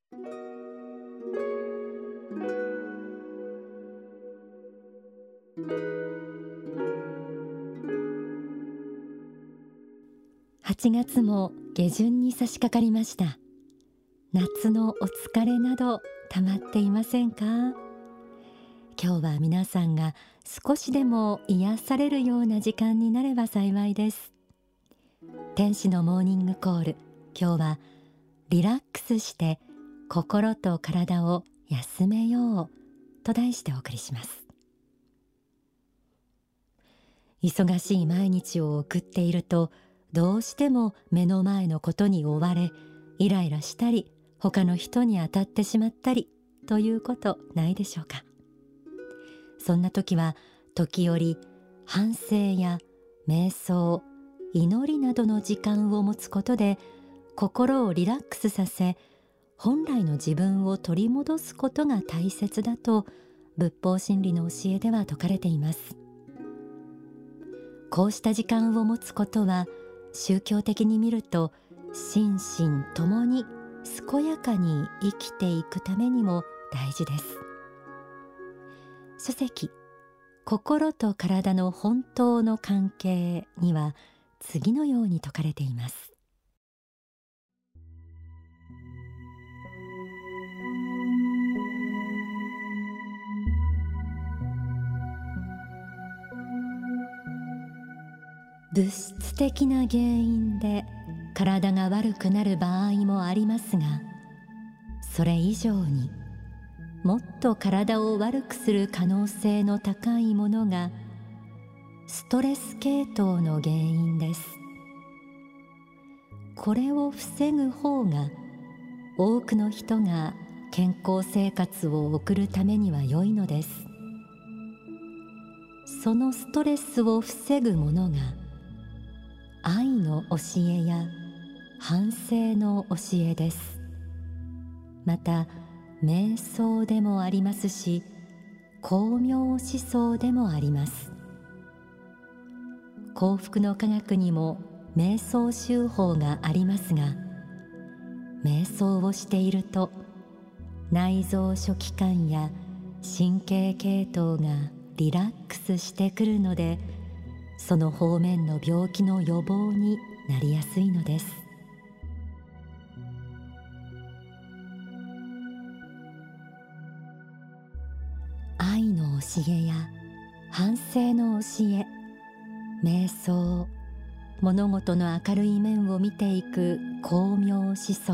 8月も下旬に差し掛かりました。夏のお疲れなど溜まっていませんか？今日は皆さんが少しでも癒されるような時間になれば幸いです。天使のモーニングコール、今日はリラックスして心と体を休めようと題してお送りします。忙しい毎日を送っていると、どうしても目の前のことに追われ、イライラしたり他の人に当たってしまったりということないでしょうか。そんな時は時折反省や瞑想、祈りなどの時間を持つことで心をリラックスさせ、本来の自分を取り戻すことが大切だと仏法真理の教えでは説かれています。こうした時間を持つことは宗教的に見ると心身ともに健やかに生きていくためにも大事です。書籍心と体の本当の関係には次のように説かれています。物質的な原因で体が悪くなる場合もありますが、それ以上にもっと体を悪くする可能性の高いものがストレス系統の原因です。これを防ぐ方が多くの人が健康生活を送るためには良いのです。そのストレスを防ぐものが愛の教えや反省の教えです。また瞑想でもありますし、光明思想でもあります。幸福の科学にも瞑想修法がありますが、瞑想をしていると内臓諸器官や神経系統がリラックスしてくるので、その方面の病気の予防になりやすいのです。愛の教えや反省の教え、瞑想、物事の明るい面を見ていく光明思想、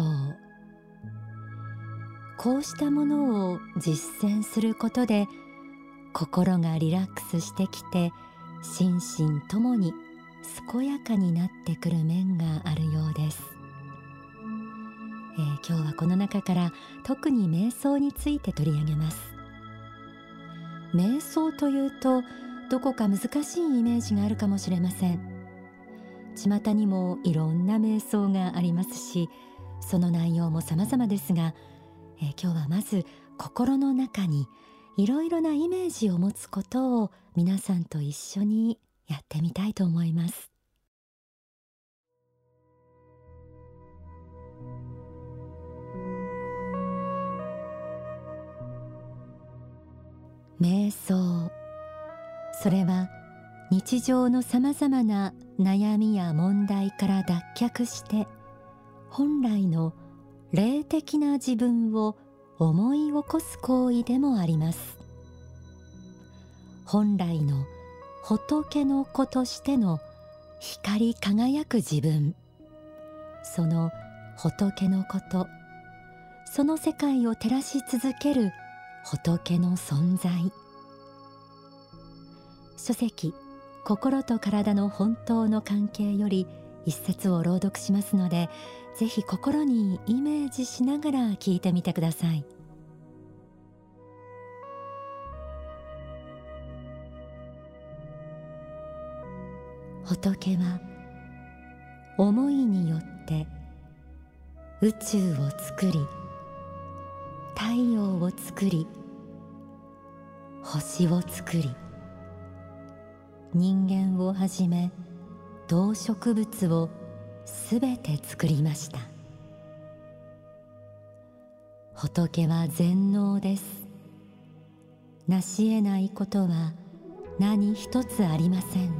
こうしたものを実践することで心がリラックスしてきて、心身ともに健やかになってくる面があるようです。今日はこの中から特に瞑想について取り上げます。瞑想というとどこか難しいイメージがあるかもしれません。巷にもいろんな瞑想がありますし、その内容も様々ですが、今日はまず心の中にいろいろなイメージを持つことを皆さんと一緒にやってみたいと思います。瞑想、それは日常のさまざまな悩みや問題から脱却して、本来の霊的な自分を思い起こす行為でもあります。本来の仏の子としての光り輝く自分、その仏のこと、その世界を照らし続ける仏の存在。書籍心と体の本当の関係より一節を朗読しますので、ぜひ心にイメージしながら聞いてみてください。仏は思いによって宇宙を作り、太陽を作り、星を作り、人間をはじめ動植物をすべて作りました。 仏は全能です。成し得ないことは何一つありません。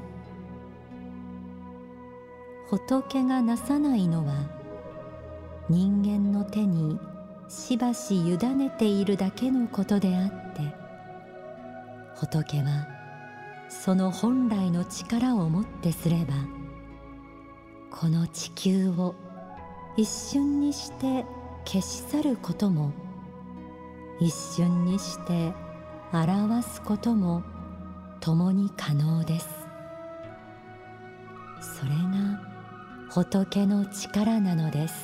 仏がなさないのは人間の手にしばし委ねているだけのことであって、仏はその本来の力をもってすれば、この地球を一瞬にして消し去ることも、一瞬にして表すことも共に可能です。それが仏の力なのです。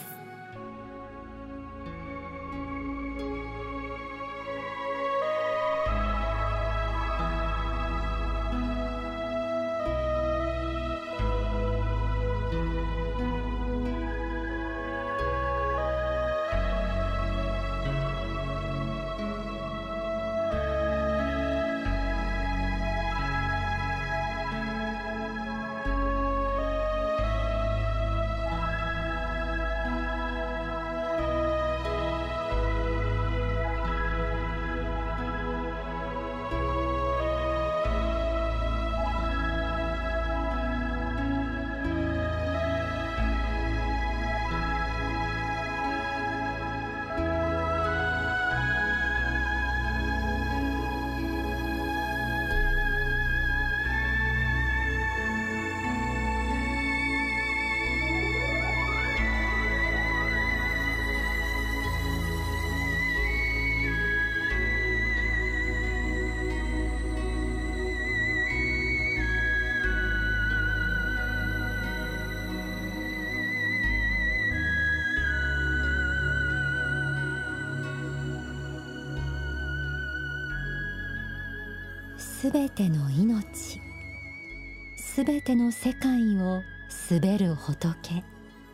すべての命、すべての世界を統べる仏、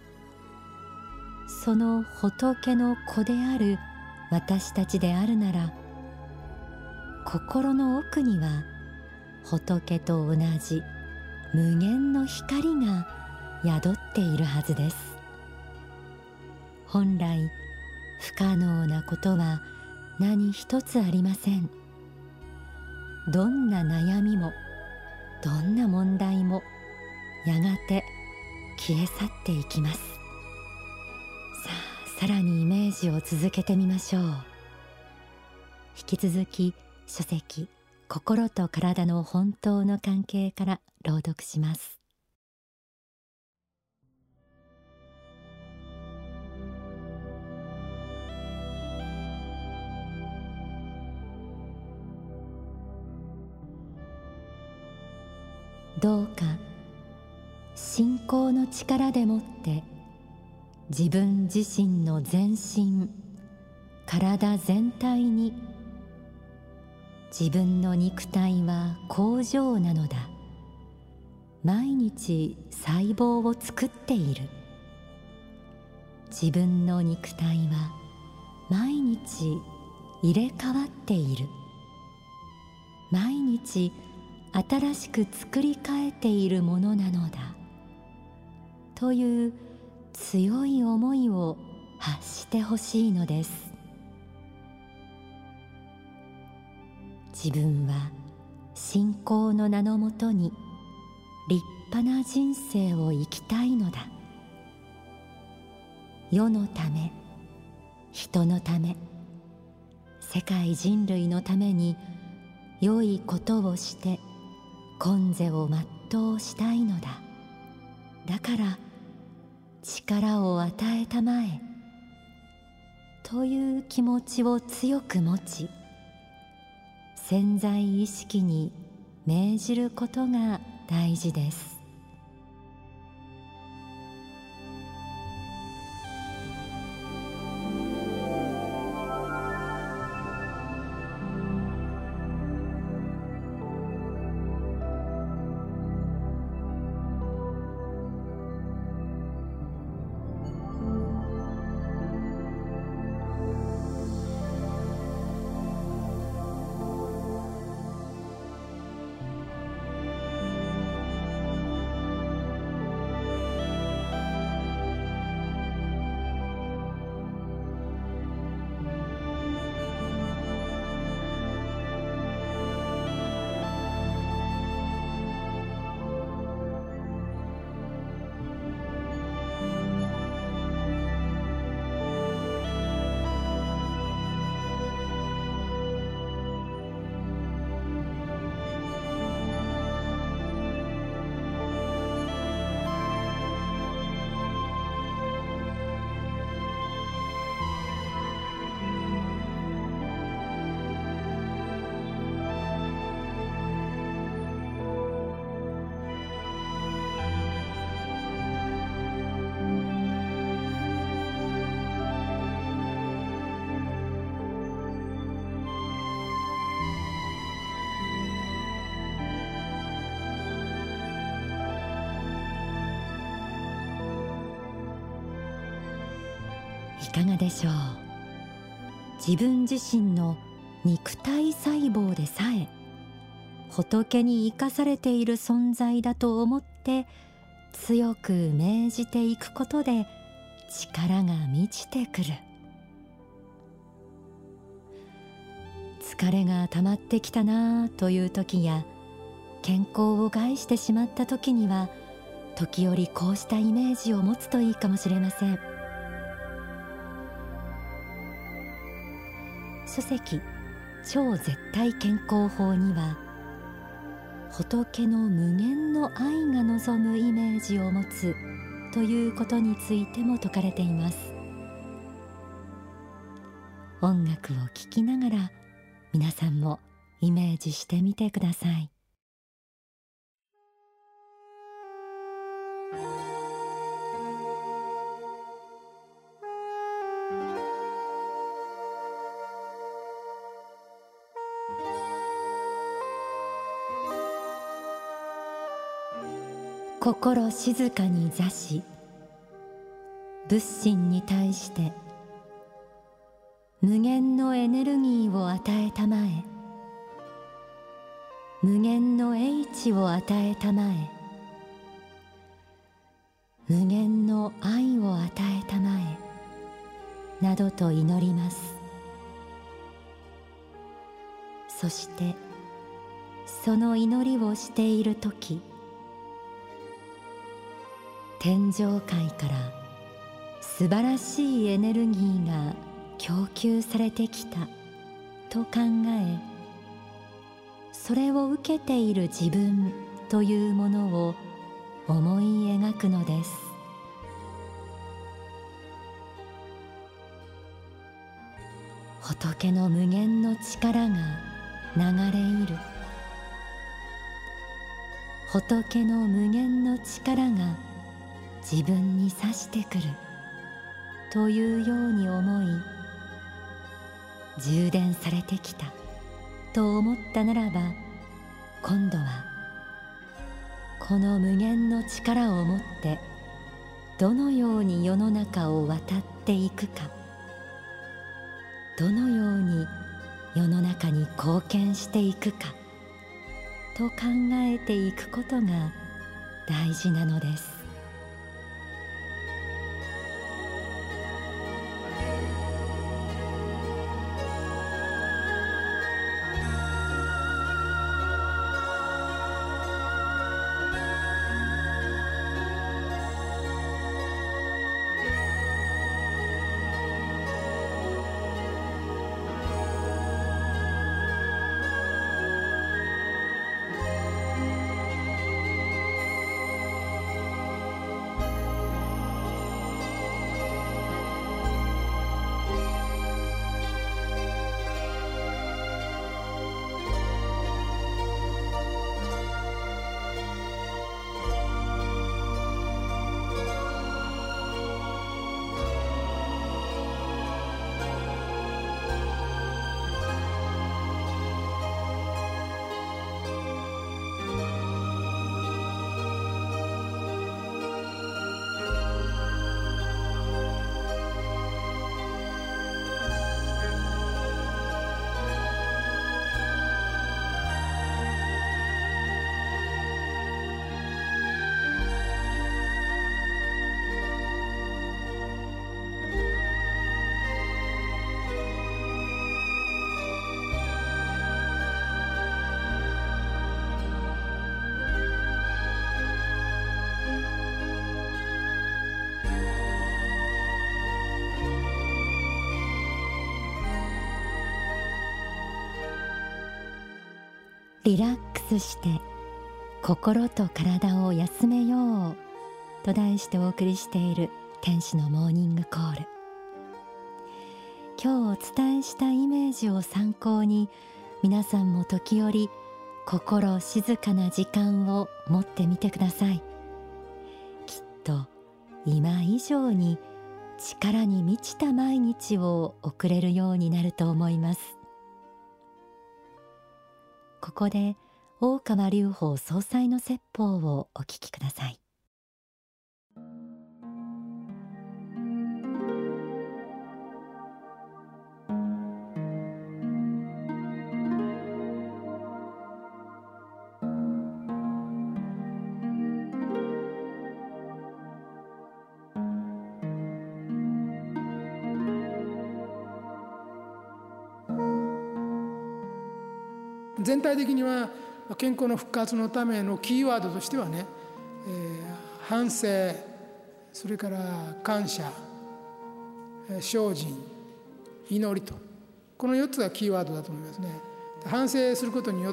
その仏の子である私たちであるなら、心の奥には仏と同じ無限の光が宿っているはずです。本来不可能なことは何一つありません。どんな悩みもどんな問題もやがて消え去っていきます。さあ、さらにイメージを続けてみましょう。引き続き書籍「心と体の本当の関係」から朗読します。どうか信仰の力でもって自分自身の全身、体全体に、自分の肉体は工場なのだ、毎日細胞を作っている、自分の肉体は毎日入れ替わっている、毎日新しく作り変えているものなのだという強い思いを発してほしいのです。自分は信仰の名のもとに立派な人生を生きたいのだ。世のため、人のため、世界人類のために良いことをして今世を全うしたいのだ。だから力を与えたまえという気持ちを強く持ち、潜在意識に銘じることが大事です。 いかがでしょう。自分自身の肉体細胞でさえ仏に生かされている存在だと思って強く命じていくことで力が満ちてくる。疲れが溜まってきたなという時や健康を害してしまった時には時折こうしたイメージを持つといいかもしれません。書籍超絶対健康法には仏の無限の愛が望むイメージを持つということについても説かれています。音楽を聴きながら皆さんもイメージしてみてください。心静かに座し、仏心に対して無限のエネルギーを与えたまえ、無限の英知を与えたまえ、無限の愛を与えたまえなどと祈ります。そしてその祈りをしているとき、天上界から素晴らしいエネルギーが供給されてきたと考え、それを受けている自分というものを思い描くのです。仏の無限の力が流れ入る。仏の無限の力が自分に差してくるというように思い、充電されてきたと思ったならば、今度はこの無限の力を持ってどのように世の中を渡っていくか、どのように世の中に貢献していくかと考えていくことが大事なのです。リラックスして心と体を休めようと題してお送りしている天使のモーニングコール。今日お伝えしたイメージを参考に、皆さんも時折心静かな時間を持ってみてください。きっと今以上に力に満ちた毎日を送れるようになると思います。ここで大川隆法総裁の説法をお聞きください。 全体的には健康の復活のためのキーワードとしてはね、反省、それから感謝、精進、祈りと、この4つがキーワードだと思いますね。反省することによって、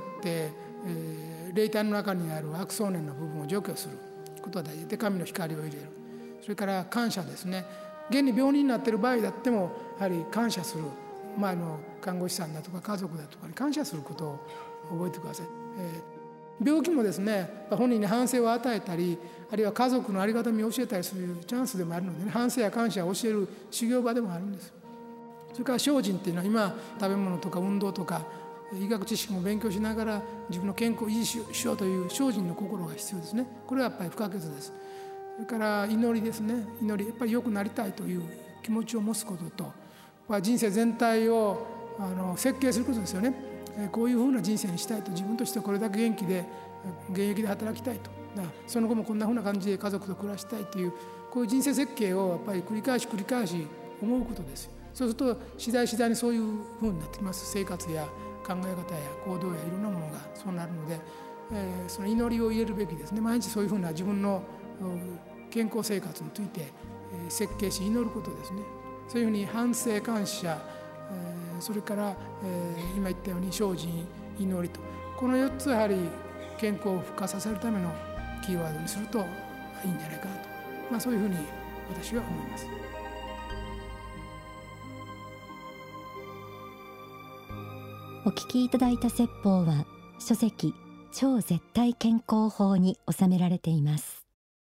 霊体の中にある悪想念の部分を除去することが大事で、神の光を入れる。それから感謝ですね。現に病人になっている場合だってもやはり感謝する、前の看護師さんだとか家族だとかに感謝することを覚えてください。病気もですね、本人に反省を与えたり、あるいは家族のありがたみを教えたりするチャンスでもあるので、ね、反省や感謝を教える修行場でもあるんです。それから精進っていうのは、今食べ物とか運動とか医学知識も勉強しながら自分の健康を維持しようという精進の心が必要ですね。これはやっぱり不可欠です。それから祈りですね。祈り、やっぱり良くなりたいという気持ちを持つことと、人生全体を設計することですよね。こういうふうな人生にしたいと、自分としてはこれだけ元気で現役で働きたいと、その後もこんなふうな感じで家族と暮らしたいという、こういう人生設計をやっぱり繰り返し思うことですよ。そうすると次第にそういうふうになってきます。生活や考え方や行動やいろんなものがそうなるので、その祈りを入れるべきですね。毎日そういうふうな自分の健康生活について設計し祈ることですね。そういうふうに反省、感謝、それから、今言ったように精進、祈りと、この4つやはり健康を復活させるためのキーワードにするといいんじゃないかなと、そういうふうに私は思います。 お聞きいただいた説法は書籍超絶対健康法に収められています。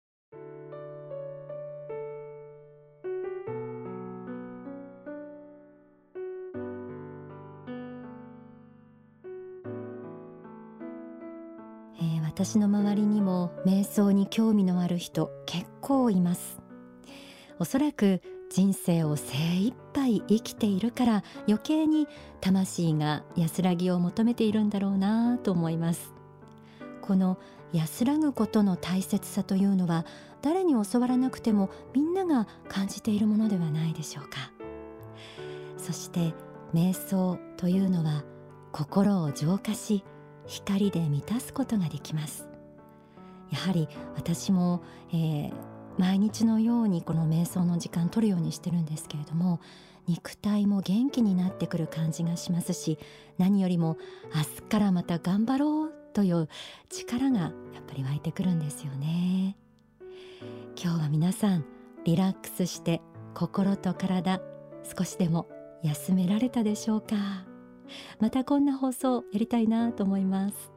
私の周りにも瞑想に興味のある人結構います。おそらく人生を精一杯生きているから余計に魂が安らぎを求めているんだろうなと思います。この安らぐことの大切さというのは誰に教わらなくてもみんなが感じているものではないでしょうか。そして瞑想というのは心を浄化し光で満たすことができます。やはり私も、毎日のようにこの瞑想の時間取るようにしてるんですけれども、肉体も元気になってくる感じがしますし、何よりも明日からまた頑張ろうという力がやっぱり湧いてくるんですよね。今日は皆さんリラックスして心と体少しでも休められたでしょうか。またこんな放送やりたいなと思います。